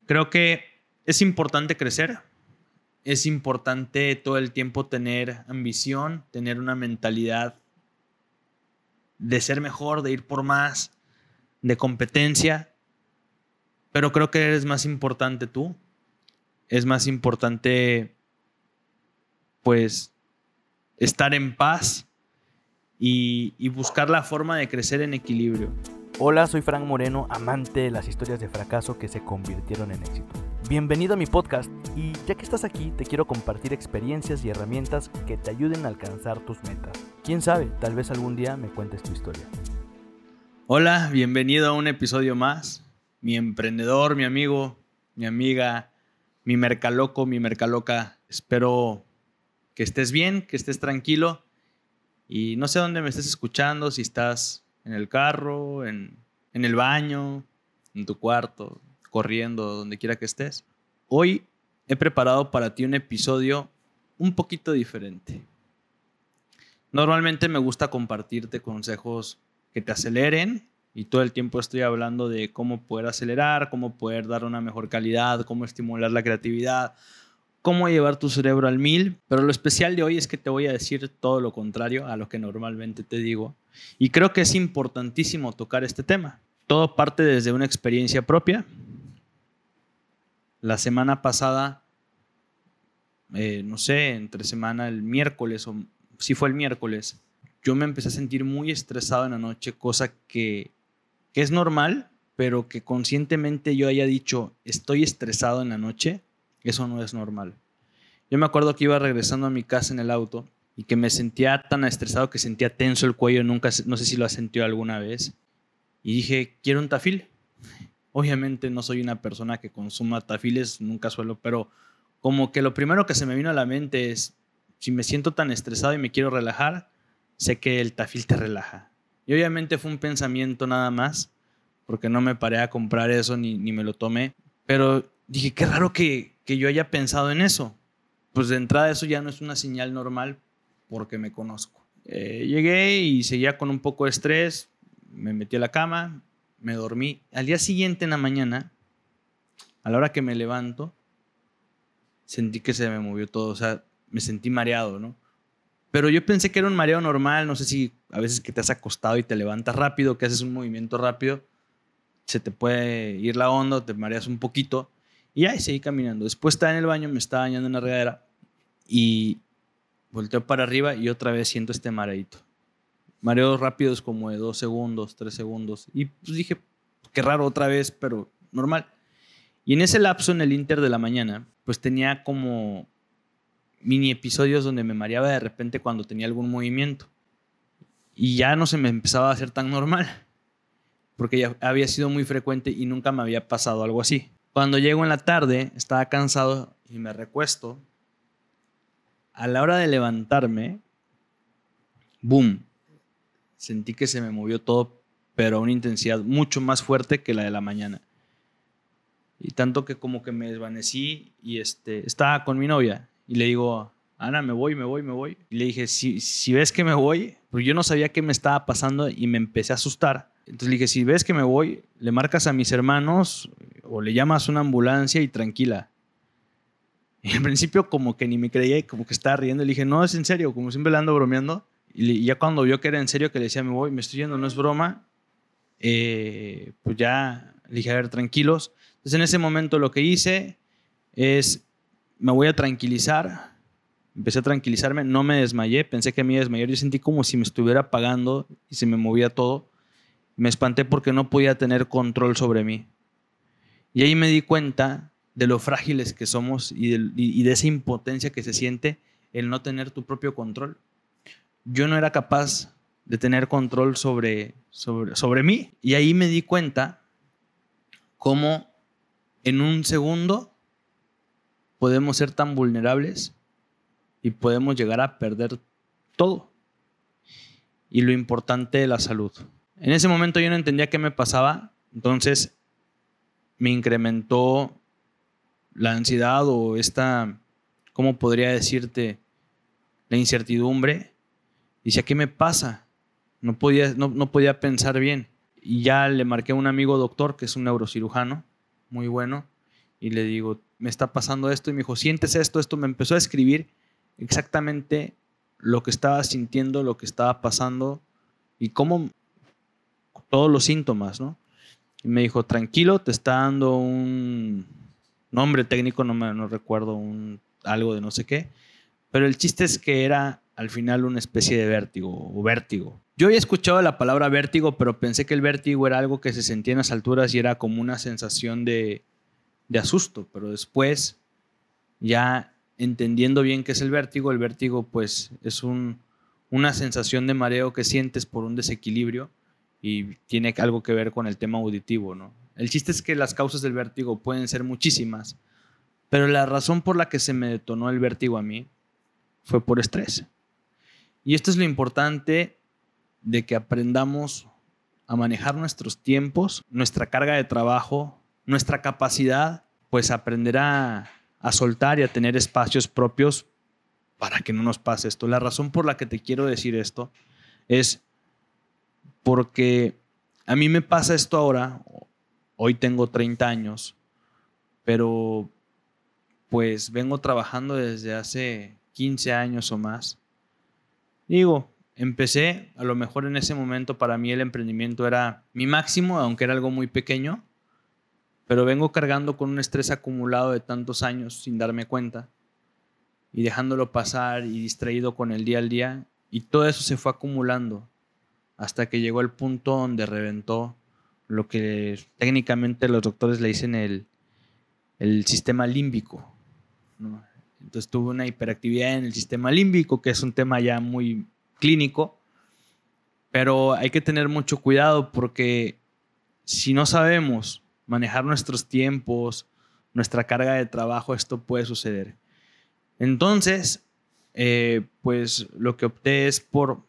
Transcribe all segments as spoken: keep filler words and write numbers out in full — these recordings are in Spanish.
Creo que es importante crecer. Es importante todo el tiempo tener ambición, tener una mentalidad de ser mejor, de ir por más, de competencia. Pero creo que eres más importante tú. Es más importante, pues, estar en paz y, y buscar la forma de crecer en equilibrio. Hola, soy Frank Moreno, amante de las historias de fracaso que se convirtieron en éxito. Bienvenido a mi podcast y ya que estás aquí te quiero compartir experiencias y herramientas que te ayuden a alcanzar tus metas. Quién sabe, tal vez algún día me cuentes tu historia. Hola, bienvenido a un episodio más. Mi emprendedor, mi amigo, mi amiga, mi mercaloco, mi mercaloca. Espero que estés bien, que estés tranquilo y no sé dónde me estés escuchando, si estás en el carro, en, en el baño, en tu cuarto, corriendo, donde quiera que estés. Hoy he preparado para ti un episodio un poquito diferente. Normalmente me gusta compartirte consejos que te aceleren y todo el tiempo estoy hablando de cómo poder acelerar, cómo poder dar una mejor calidad, cómo estimular la creatividad, cómo llevar tu cerebro al mil. Pero lo especial de hoy es que te voy a decir todo lo contrario a lo que normalmente te digo. Y creo que es importantísimo tocar este tema. Todo parte desde una experiencia propia. La semana pasada, eh, no sé, entre semana, el miércoles, o sí fue el miércoles, yo me empecé a sentir muy estresado en la noche, cosa que, que es normal, pero que conscientemente yo haya dicho, estoy estresado en la noche, eso no es normal. Yo me acuerdo que iba regresando a mi casa en el auto y que me sentía tan estresado que sentía tenso el cuello, nunca, no sé si lo has sentido alguna vez, y dije, quiero un tafil. Obviamente no soy una persona que consuma tafiles, nunca suelo, pero como que lo primero que se me vino a la mente es, si me siento tan estresado y me quiero relajar, sé que el tafil te relaja. Y obviamente fue un pensamiento nada más, porque no me paré a comprar eso ni, ni me lo tomé, pero dije, qué raro que, que yo haya pensado en eso. Pues de entrada eso ya no es una señal normal porque me conozco. Eh, llegué y seguía con un poco de estrés, me metí a la cama, me dormí. Al día siguiente en la mañana, a la hora que me levanto, sentí que se me movió todo, o sea, me sentí mareado, ¿no? Pero yo pensé que era un mareo normal, no sé si a veces que te has acostado y te levantas rápido, que haces un movimiento rápido, se te puede ir la onda, te mareas un poquito y ahí seguí caminando. Después estaba en el baño, me estaba bañando en la regadera y volteo para arriba y otra vez siento este mareito. Mareos rápidos como de dos segundos, tres segundos. Y pues dije, qué raro otra vez, pero normal. Y en ese lapso, en el inter de la mañana, pues tenía como mini episodios donde me mareaba de repente cuando tenía algún movimiento. Y ya no se me empezaba a hacer tan normal, porque ya había sido muy frecuente y nunca me había pasado algo así. Cuando llego en la tarde, estaba cansado y me recuesto. A la hora de levantarme, ¡boom! Sentí que se me movió todo, pero a una intensidad mucho más fuerte que la de la mañana. Y tanto que como que me desvanecí y este, estaba con mi novia. Y le digo, Ana, me voy, me voy, me voy. Y le dije, si, si ves que me voy, porque yo no sabía qué me estaba pasando y me empecé a asustar. Entonces le dije, si ves que me voy, le marcas a mis hermanos o le llamas a una ambulancia y tranquila. Y al principio como que ni me creía y como que estaba riendo. Le dije, no, es en serio, como siempre le ando bromeando. Y ya cuando vio que era en serio, que le decía, me voy, me estoy yendo, no es broma, eh, pues ya le dije, a ver, tranquilos. Entonces en ese momento lo que hice es, me voy a tranquilizar. Empecé a tranquilizarme, no me desmayé, pensé que me iba a desmayar. Yo sentí como si me estuviera apagando y se me movía todo. Me espanté porque no podía tener control sobre mí. Y ahí me di cuenta de lo frágiles que somos y de, y de esa impotencia que se siente el no tener tu propio control. Yo no era capaz de tener control sobre, sobre, sobre mí. Y ahí me di cuenta cómo en un segundo podemos ser tan vulnerables y podemos llegar a perder todo. Y lo importante de la salud. En ese momento yo no entendía qué me pasaba, entonces me incrementó la ansiedad o esta, ¿cómo podría decirte? La incertidumbre. Decía, ¿qué me pasa? No podía, no, no podía pensar bien. Y ya le marqué a un amigo doctor que es un neurocirujano, muy bueno. y le digo, me está pasando esto, y me dijo, sientes esto, esto. Me empezó a escribir exactamente lo que estaba sintiendo, lo que estaba pasando y cómo, todos los síntomas, ¿no? Y me dijo, tranquilo, te está dando un nombre técnico, no me no recuerdo, un, algo de no sé qué, pero el chiste es que era al final una especie de vértigo o vértigo. Yo había escuchado la palabra vértigo, pero pensé que el vértigo era algo que se sentía en las alturas y era como una sensación de, de asusto, pero después, ya entendiendo bien qué es el vértigo, el vértigo pues es un, una sensación de mareo que sientes por un desequilibrio y tiene algo que ver con el tema auditivo, ¿no? El chiste es que las causas del vértigo pueden ser muchísimas, pero la razón por la que se me detonó el vértigo a mí fue por estrés. Y esto es lo importante de que aprendamos a manejar nuestros tiempos, nuestra carga de trabajo, nuestra capacidad, pues aprender a, a soltar y a tener espacios propios para que no nos pase esto. La razón por la que te quiero decir esto es porque a mí me pasa esto ahora. Hoy tengo treinta años, pero pues vengo trabajando desde hace quince años o más. Digo, empecé, a lo mejor en ese momento para mí el emprendimiento era mi máximo, aunque era algo muy pequeño, pero vengo cargando con un estrés acumulado de tantos años sin darme cuenta y dejándolo pasar y distraído con el día al día, y todo eso se fue acumulando hasta que llegó el punto donde reventó lo que técnicamente los doctores le dicen el, el sistema límbico, ¿no? Entonces tuve una hiperactividad en el sistema límbico, que es un tema ya muy clínico, pero hay que tener mucho cuidado porque si no sabemos manejar nuestros tiempos, nuestra carga de trabajo, esto puede suceder. Entonces, eh, pues lo que opté es por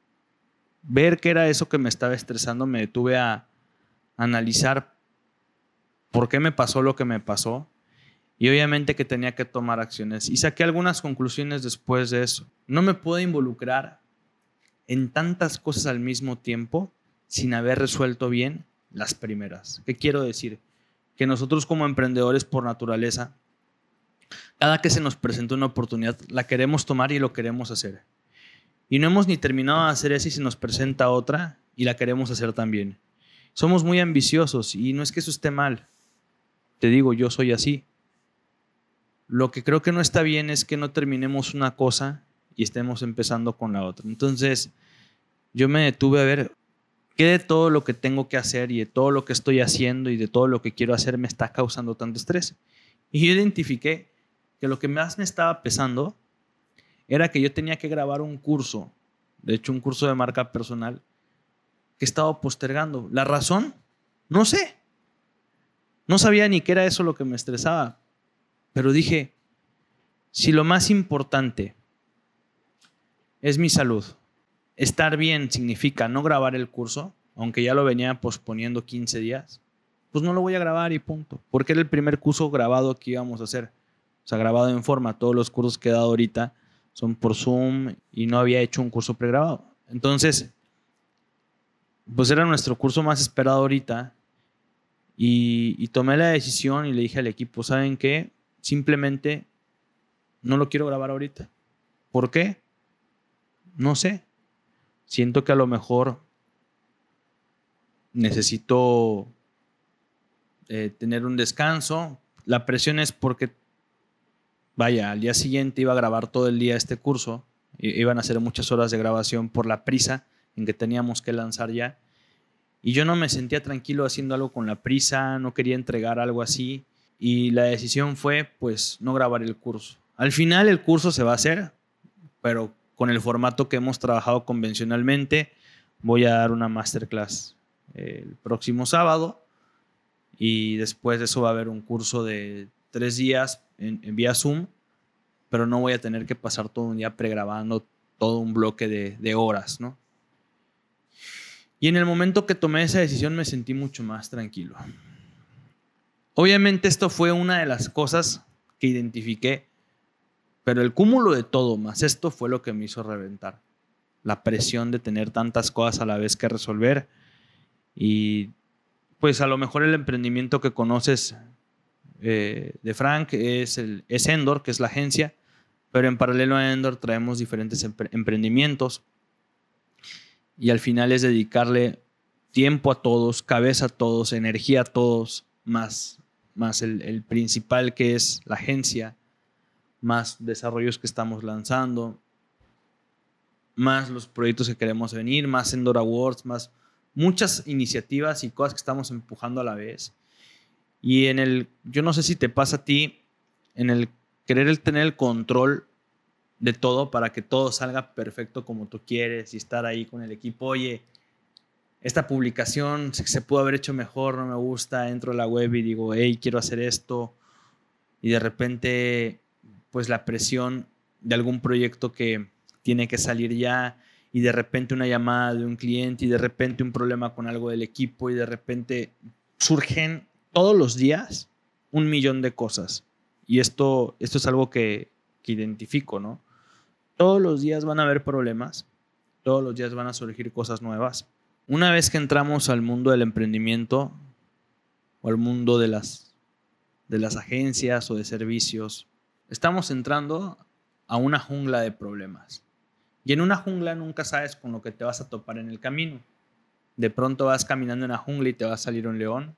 ver qué era eso que me estaba estresando. Me detuve a analizar por qué me pasó lo que me pasó y obviamente que tenía que tomar acciones, y saqué algunas conclusiones después de eso. No me puedo involucrar en tantas cosas al mismo tiempo sin haber resuelto bien las primeras. ¿Qué quiero decir? Que nosotros como emprendedores por naturaleza, cada que se nos presenta una oportunidad la queremos tomar y lo queremos hacer, y no hemos ni terminado de hacer eso y se nos presenta otra y la queremos hacer también. Somos muy ambiciosos y no es que eso esté mal. Te digo, yo soy así. Lo que creo que no está bien es que no terminemos una cosa y estemos empezando con la otra. Entonces, yo me detuve a ver qué de todo lo que tengo que hacer y de todo lo que estoy haciendo y de todo lo que quiero hacer me está causando tanto estrés. Y yo identifiqué que lo que más me estaba pesando era que yo tenía que grabar un curso, de hecho un curso de marca personal, que estaba postergando. ¿La razón? No sé. No sabía ni qué era eso lo que me estresaba. Pero dije, si lo más importante es mi salud, estar bien significa no grabar el curso, aunque ya lo venía posponiendo quince días, pues no lo voy a grabar y punto. Porque era el primer curso grabado que íbamos a hacer. O sea, grabado en forma. Todos los cursos que he dado ahorita son por Zoom y no había hecho un curso pregrabado. Entonces, pues era nuestro curso más esperado ahorita y, y tomé la decisión y le dije al equipo, ¿saben qué? Simplemente no lo quiero grabar ahorita. ¿Por qué? No sé. Siento que a lo mejor necesito eh, tener un descanso. La presión es porque, vaya, al día siguiente iba a grabar todo el día este curso. Iban a ser muchas horas de grabación por la prisa en que teníamos que lanzar ya. Y yo no me sentía tranquilo haciendo algo con la prisa, no quería entregar algo así. Y la decisión fue, pues, no grabar el curso. Al final el curso se va a hacer, pero con el formato que hemos trabajado convencionalmente. Voy a dar una masterclass el próximo sábado y después de eso va a haber un curso de tres días en, en vía Zoom, pero no voy a tener que pasar todo un día pregrabando todo un bloque de, de horas, ¿no? Y en el momento que tomé esa decisión me sentí mucho más tranquilo. Obviamente esto fue una de las cosas que identifiqué, pero el cúmulo de todo más esto fue lo que me hizo reventar. La presión de tener tantas cosas a la vez que resolver y pues a lo mejor el emprendimiento que conoces eh, de Frank es, el, es Endor, que es la agencia, pero en paralelo a Endor traemos diferentes empre- emprendimientos y al final es dedicarle tiempo a todos, cabeza a todos, energía a todos, más, más el, el principal que es la agencia, más desarrollos que estamos lanzando, más los proyectos que queremos venir, más Endor Awards, más muchas iniciativas y cosas que estamos empujando a la vez. Y en el, yo no sé si te pasa a ti, en el querer el tener el control de todo para que todo salga perfecto como tú quieres y estar ahí con el equipo. Oye, esta publicación se, se pudo haber hecho mejor, no me gusta, entro a la web y digo, hey, quiero hacer esto. Y de repente, pues la presión de algún proyecto que tiene que salir ya y de repente una llamada de un cliente y de repente un problema con algo del equipo y de repente surgen todos los días un millón de cosas. Y esto, esto es algo que, que identifico, ¿no? Todos los días van a haber problemas, todos los días van a surgir cosas nuevas. Una vez que entramos al mundo del emprendimiento o al mundo de las, de las agencias o de servicios, estamos entrando a una jungla de problemas. Y en una jungla nunca sabes con lo que te vas a topar en el camino. De pronto vas caminando en la jungla y te va a salir un león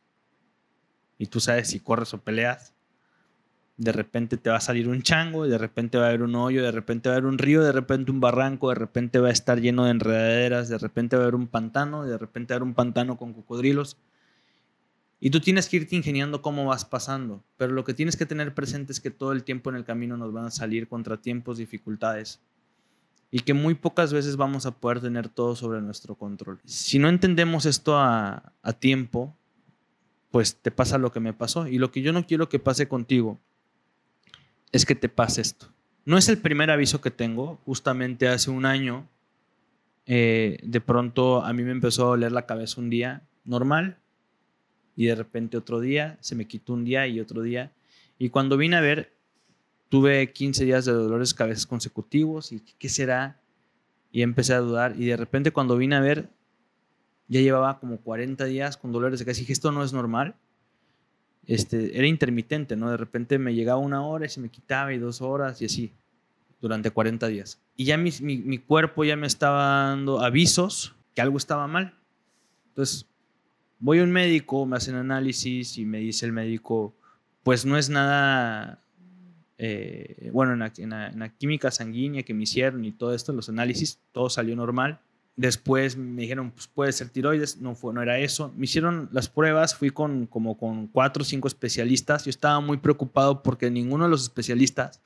y tú sabes si corres o peleas. De repente te va a salir un chango, de repente va a haber un hoyo, de repente va a haber un río, de repente un barranco, de repente va a estar lleno de enredaderas, de repente va a haber un pantano, de repente va a haber un pantano con cocodrilos. Y tú tienes que irte ingeniando cómo vas pasando. Pero lo que tienes que tener presente es que todo el tiempo en el camino nos van a salir contratiempos, dificultades. Y que muy pocas veces vamos a poder tener todo sobre nuestro control. Si no entendemos esto a, a tiempo, pues te pasa lo que me pasó. Y lo que yo no quiero que pase contigo es que te pase esto. No es el primer aviso que tengo. Justamente hace un año, eh, de pronto a mí me empezó a doler la cabeza un día normal y de repente otro día, se me quitó un día y otro día. Y cuando vine a ver, tuve quince días de dolores de cabeza consecutivos y ¿qué será? Y empecé a dudar y de repente cuando vine a ver, ya llevaba como cuarenta días con dolores de cabeza y dije, esto no es normal. Este, era intermitente, ¿no? De repente me llegaba una hora y se me quitaba y dos horas y así, durante cuarenta días. Y ya mi, mi, mi cuerpo ya me estaba dando avisos que algo estaba mal. Entonces, voy a un médico, me hacen análisis y me dice el médico, pues no es nada, eh, bueno, en la, en, la, en la química sanguínea que me hicieron y todo esto, los análisis, todo salió normal. Después me dijeron, pues puede ser tiroides, no, fue, no era eso. Me hicieron las pruebas, fui con, como con cuatro o cinco especialistas. Yo estaba muy preocupado porque ninguno de los especialistas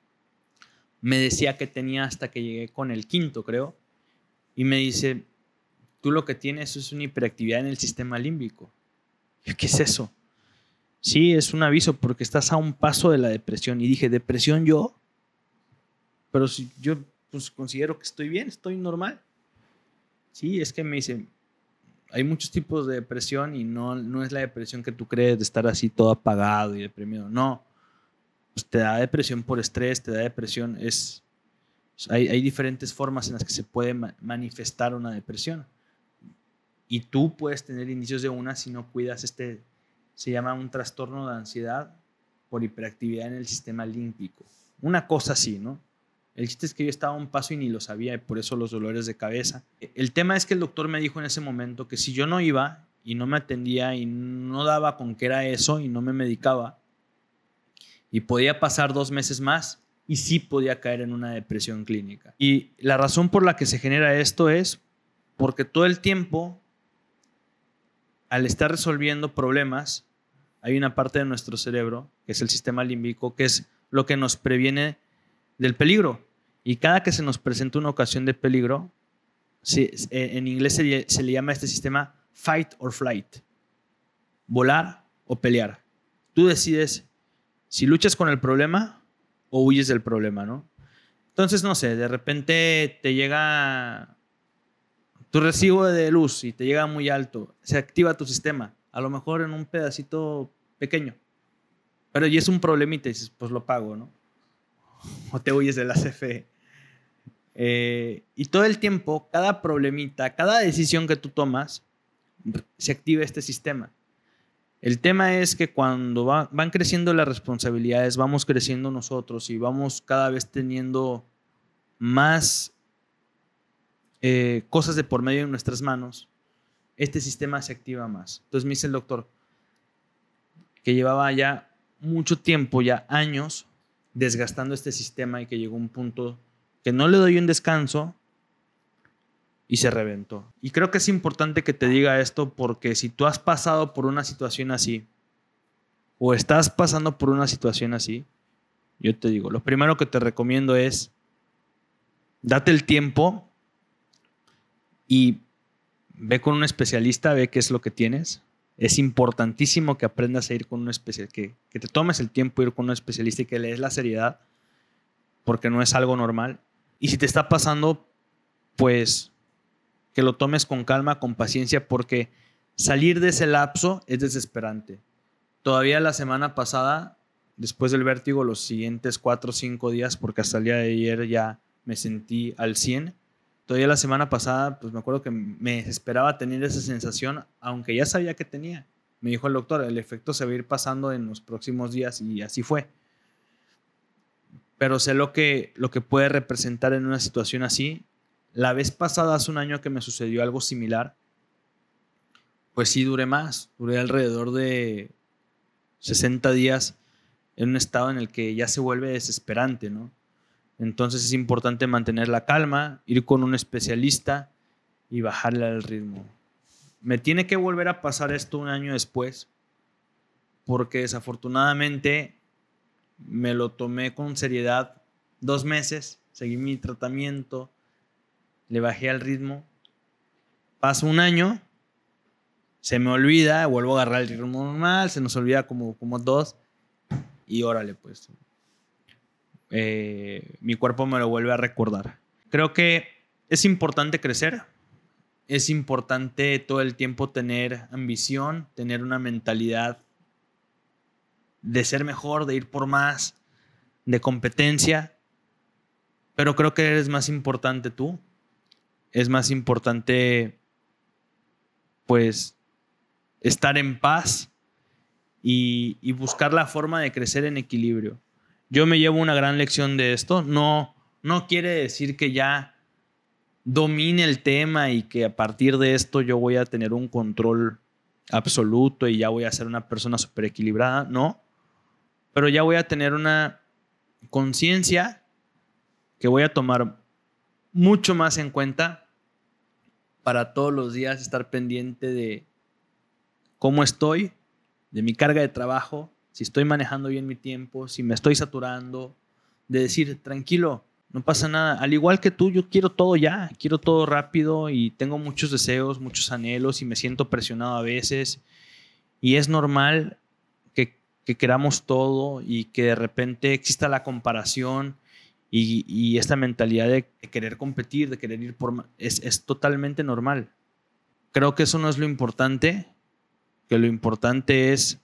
me decía que tenía hasta que llegué con el quinto, creo. Y me dice, tú lo que tienes es una hiperactividad en el sistema límbico. ¿Qué es eso? Sí, es un aviso porque estás a un paso de la depresión. Y dije, ¿depresión yo? Pero si yo pues, considero que estoy bien, estoy normal. Sí, es que me dice, hay muchos tipos de depresión y no, no es la depresión que tú crees de estar así todo apagado y deprimido. No, pues te da depresión por estrés, te da depresión. Es, hay, hay diferentes formas en las que se puede ma- manifestar una depresión. Y tú puedes tener indicios de una si no cuidas este, se llama un trastorno de ansiedad por hiperactividad en el sistema límbico. Una cosa así, ¿no? El chiste es que yo estaba a un paso y ni lo sabía y por eso los dolores de cabeza. El tema es que el doctor me dijo en ese momento que si yo no iba y no me atendía y no daba con qué era eso y no me medicaba y podía pasar dos meses más y sí podía caer en una depresión clínica. Y la razón por la que se genera esto es porque todo el tiempo, al estar resolviendo problemas, hay una parte de nuestro cerebro, que es el sistema límbico, que es lo que nos previene del peligro. Y cada que se nos presenta una ocasión de peligro, se, en inglés se, se le llama a este sistema fight or flight. Volar o pelear. Tú decides si luchas con el problema o huyes del problema, ¿no? Entonces, no sé, de repente te llega tu recibo de luz y te llega muy alto, se activa tu sistema, a lo mejor en un pedacito pequeño, pero ya es un problemita y dices, pues lo pago, ¿no? O te huyes de la C F E. Eh, y todo el tiempo, cada problemita, cada decisión que tú tomas, se activa este sistema. El tema es que cuando va, van creciendo las responsabilidades, vamos creciendo nosotros y vamos cada vez teniendo más eh, cosas de por medio en nuestras manos, este sistema se activa más. Entonces me dice el doctor que llevaba ya mucho tiempo, ya años, desgastando este sistema y que llegó un punto que no le doy un descanso y se reventó. Y creo que es importante que te diga esto porque si tú has pasado por una situación así o estás pasando por una situación así, yo te digo, lo primero que te recomiendo es date el tiempo y ve con un especialista, ve qué es lo que tienes. Es importantísimo que aprendas a ir con un especialista, que, que te tomes el tiempo de ir con un especialista y que le des la seriedad, porque no es algo normal. Y si te está pasando, pues que lo tomes con calma, con paciencia, porque salir de ese lapso es desesperante. Todavía la semana pasada, después del vértigo, los siguientes cuatro o cinco días, porque hasta el día de ayer ya me sentí al cien. Todavía la semana pasada, pues me acuerdo que me desesperaba tener esa sensación, aunque ya sabía que tenía. Me dijo el doctor, el efecto se va a ir pasando en los próximos días y así fue. Pero sé lo que, lo que puede representar en una situación así. La vez pasada, hace un año que me sucedió algo similar, pues sí duré más. Duré alrededor de sesenta días en un estado en el que ya se vuelve desesperante, ¿no? Entonces es importante mantener la calma, ir con un especialista y bajarle al ritmo. Me tiene que volver a pasar esto un año después, porque desafortunadamente me lo tomé con seriedad dos meses, seguí mi tratamiento, le bajé al ritmo, pasa un año, se me olvida, vuelvo a agarrar el ritmo normal, se nos olvida como, como dos y órale pues. Eh, mi cuerpo me lo vuelve a recordar. Creo que es importante crecer, es importante todo el tiempo tener ambición, tener una mentalidad de ser mejor, de ir por más, de competencia, pero creo que eres más importante tú, es más importante pues estar en paz y, y buscar la forma de crecer en equilibrio. Yo me llevo una gran lección de esto. No, no quiere decir que ya domine el tema y que a partir de esto yo voy a tener un control absoluto y ya voy a ser una persona súper equilibrada. No, pero ya voy a tener una conciencia que voy a tomar mucho más en cuenta para todos los días estar pendiente de cómo estoy, de mi carga de trabajo, si estoy manejando bien mi tiempo, si me estoy saturando, de decir, tranquilo, no pasa nada. Al igual que tú, yo quiero todo ya, quiero todo rápido y tengo muchos deseos, muchos anhelos y me siento presionado a veces. Y es normal que, que queramos todo y que de repente exista la comparación y, y esta mentalidad de, de querer competir, de querer ir por más. Es, es totalmente normal. Creo que eso no es lo importante, que lo importante es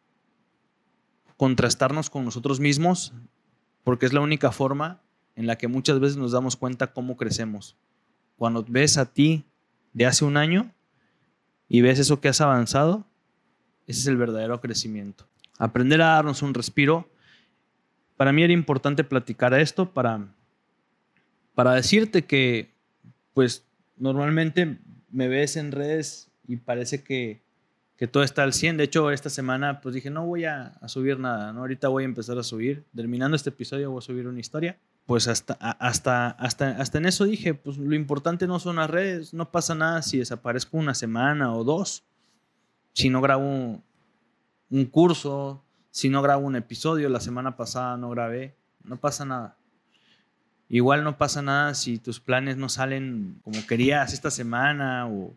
contrastarnos con nosotros mismos, porque es la única forma en la que muchas veces nos damos cuenta cómo crecemos. Cuando ves a ti de hace un año y ves eso que has avanzado, ese es el verdadero crecimiento. Aprender a darnos un respiro. Para mí era importante platicar esto para, para decirte que pues normalmente me ves en redes y parece que que todo está al cien. De hecho, esta semana pues dije, no voy a, a subir nada, ¿no? Ahorita voy a empezar a subir. Terminando este episodio voy a subir una historia. Pues hasta, hasta, hasta, hasta en eso dije, pues lo importante no son las redes. No pasa nada si desaparezco una semana o dos. Si no grabo un, un curso, si no grabo un episodio, la semana pasada no grabé, no pasa nada. Igual no pasa nada si tus planes no salen como querías esta semana o...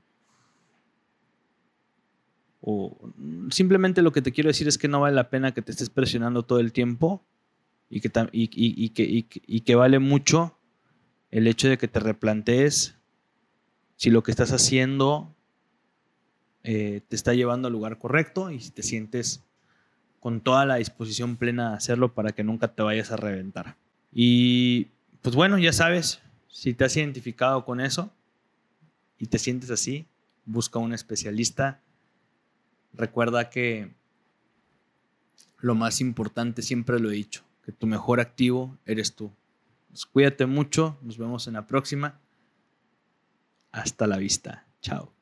O simplemente lo que te quiero decir es que no vale la pena que te estés presionando todo el tiempo y que, y, y, y que, y, y que vale mucho el hecho de que te replantees si lo que estás haciendo eh, te está llevando al lugar correcto y si te sientes con toda la disposición plena de hacerlo para que nunca te vayas a reventar. Y pues bueno, ya sabes, si te has identificado con eso y te sientes así, busca un especialista. recuerda que lo más importante, siempre lo he dicho, que tu mejor activo eres tú. Pues cuídate mucho, nos vemos en la próxima. Hasta la vista. Chao.